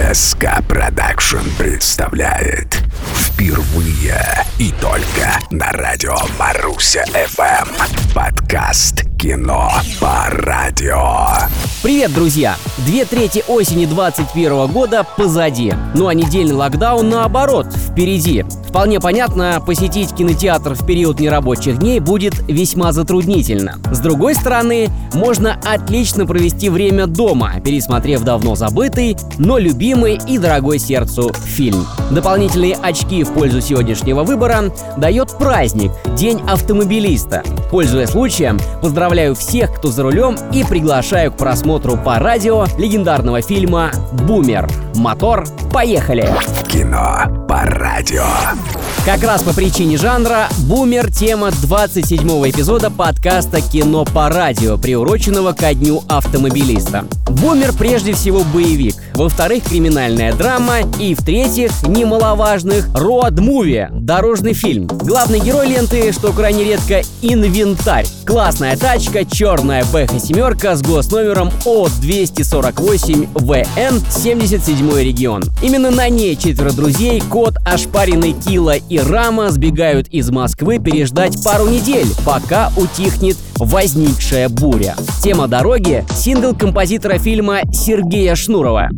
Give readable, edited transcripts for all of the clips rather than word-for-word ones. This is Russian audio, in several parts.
СК Продакшн представляет впервые и только на радио Маруся FM подкаст «Кино по радио». Привет, друзья! 2/3 осени 2021 года позади. Ну а недельный локдаун, наоборот, впереди. Вполне понятно, посетить кинотеатр в период нерабочих дней будет весьма затруднительно. С другой стороны, можно отлично провести время дома, пересмотрев давно забытый, но любимый и дорогой сердцу фильм. Дополнительные очки в пользу сегодняшнего выбора дает праздник – День автомобилиста. Пользуясь случаем, поздравляю всех, кто за рулем, и приглашаю к просмотру по радио легендарного фильма «Бумер». Мотор, поехали! Кино по радио. Как раз по причине жанра «Бумер» — тема 27-го эпизода подкаста «Кино по радио», приуроченного ко дню автомобилиста. «Бумер» прежде всего боевик, во-вторых, криминальная драма и, в-третьих, немаловажных, роад-муви, дорожный фильм. Главный герой ленты, что крайне редко, инвентарь. Классная тачка, черная Бэха-семерка с госномером О248ВН, 77-й регион. Именно на ней 4 друзей, кот, ошпаренный Кила и Рама сбегают из Москвы переждать пару недель, пока утихнет возникшая буря. Тема дороги — сингл композитора фильма Сергея Шнурова.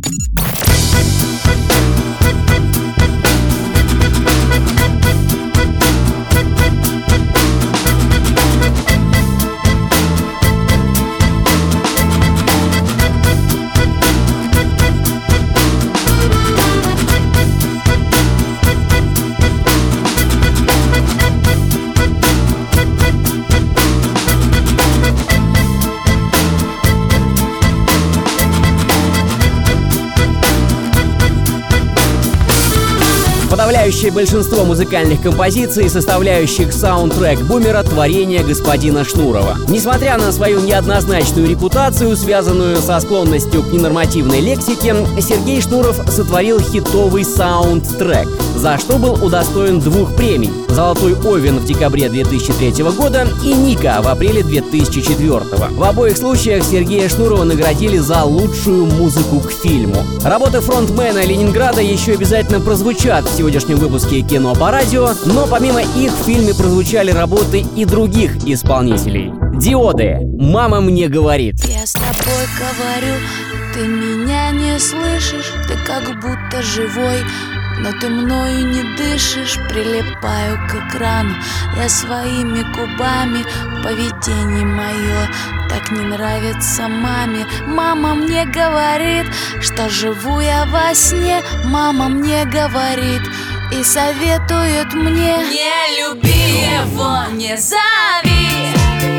Подавляющее большинство музыкальных композиций, составляющих саундтрек «Бумера», творение господина Шнурова. Несмотря на свою неоднозначную репутацию, связанную со склонностью к ненормативной лексике, Сергей Шнуров сотворил хитовый саундтрек, за что был удостоен 2 премий – «Золотой Овен» в декабре 2003 года и «Ника» в апреле 2004. В обоих случаях Сергея Шнурова наградили за лучшую музыку к фильму. Работы фронтмена Ленинграда еще обязательно прозвучат в сегодняшнем выпуске «Кино по радио», но помимо их в фильме прозвучали работы и других исполнителей. «Диоды», «Мама мне говорит». Я с тобой говорю, ты меня не слышишь, ты как будто живой, но ты мною не дышишь, прилипаю к экрану. Я своими губами, поведение мое так не нравится маме. Мама мне говорит, что живу я во сне. Мама мне говорит и советует мне: не люби его, не зови,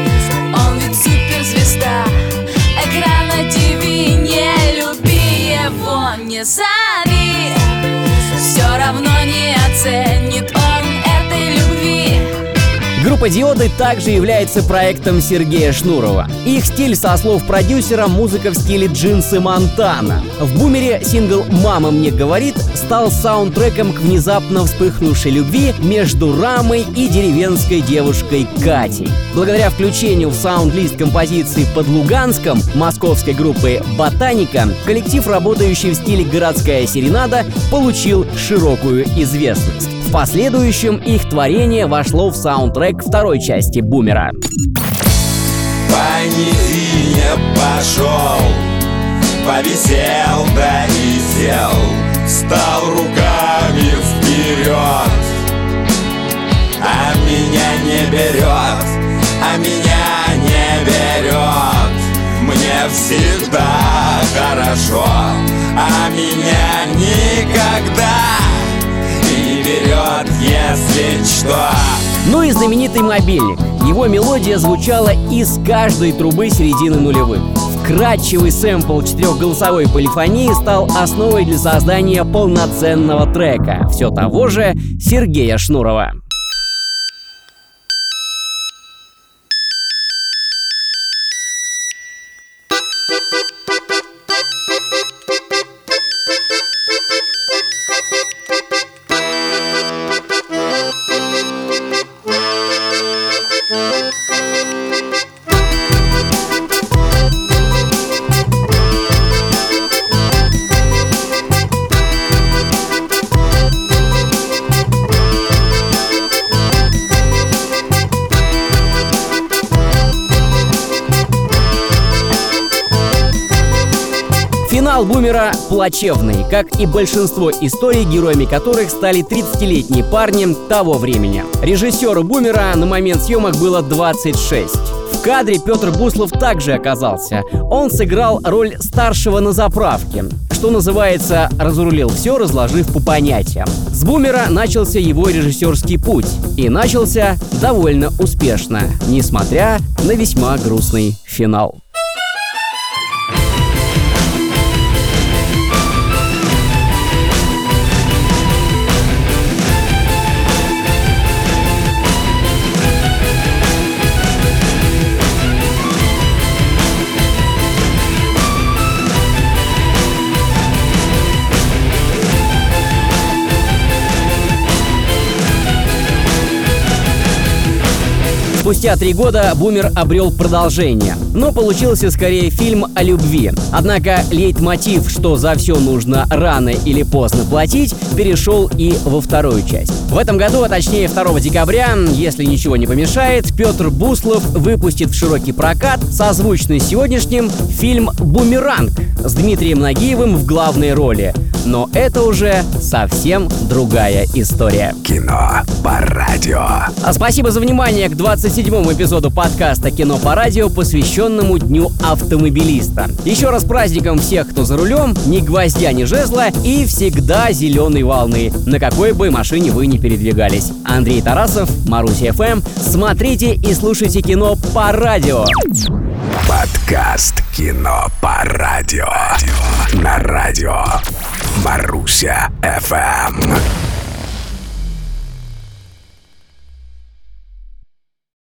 он ведь суперзвезда экрана ТВ. Не люби его, не зови, все равно не оценит он этой любви. Группа «Диоды» также является проектом Сергея Шнурова. Их стиль, со слов продюсера, музыка в стиле Джинсы Монтана. В «Бумере» сингл «Мама мне говорит» стал саундтреком к внезапно вспыхнувшей любви между Рамой и деревенской девушкой Катей. Благодаря включению в саунд-лист композиции «Под Луганском» московской группы «Ботаника», коллектив, работающий в стиле городская серенада, получил широкую известность. В последующем их творение вошло в саундтрек второй части «Бумера». По низине пошел, повисел да и сел, стал руками вперед. А меня не берет, а меня не берет. Мне всегда хорошо, а меня никогда не берет, если что. Ну и знаменитый мобильник. Его мелодия звучала из каждой трубы середины нулевых. Вкрадчивый сэмпл 4-голосовой полифонии стал основой для создания полноценного трека все того же Сергея Шнурова. Финал «Бумера» плачевный, как и большинство историй, героями которых стали 30-летние парни того времени. Режиссеру «Бумера» на момент съемок было 26. В кадре Петр Буслов также оказался. Он сыграл роль старшего на заправке. Что называется, разрулил все, разложив по понятиям. С «Бумера» начался его режиссерский путь. И начался довольно успешно, несмотря на весьма грустный финал. Спустя 3 года «Бумер» обрел продолжение, но получился скорее фильм о любви. Однако лейтмотив, что за все нужно рано или поздно платить, перешел и во вторую часть. В этом году, а точнее 2 декабря, если ничего не помешает, Петр Буслов выпустит в широкий прокат созвучный сегодняшним фильм «Бумеранг» с Дмитрием Нагиевым в главной роли. Но это уже совсем другая история. Кино по радио. Спасибо за внимание к 27-му эпизоду подкаста «Кино по радио», посвященному Дню автомобилиста. Еще раз праздником всех, кто за рулем, ни гвоздя, ни жезла и всегда зеленой волны, на какой бы машине вы ни передвигались. Андрей Тарасов, Маруся ФМ. Смотрите и слушайте кино по радио. Подкаст «Кино по радио» на радио Маруся ФМ.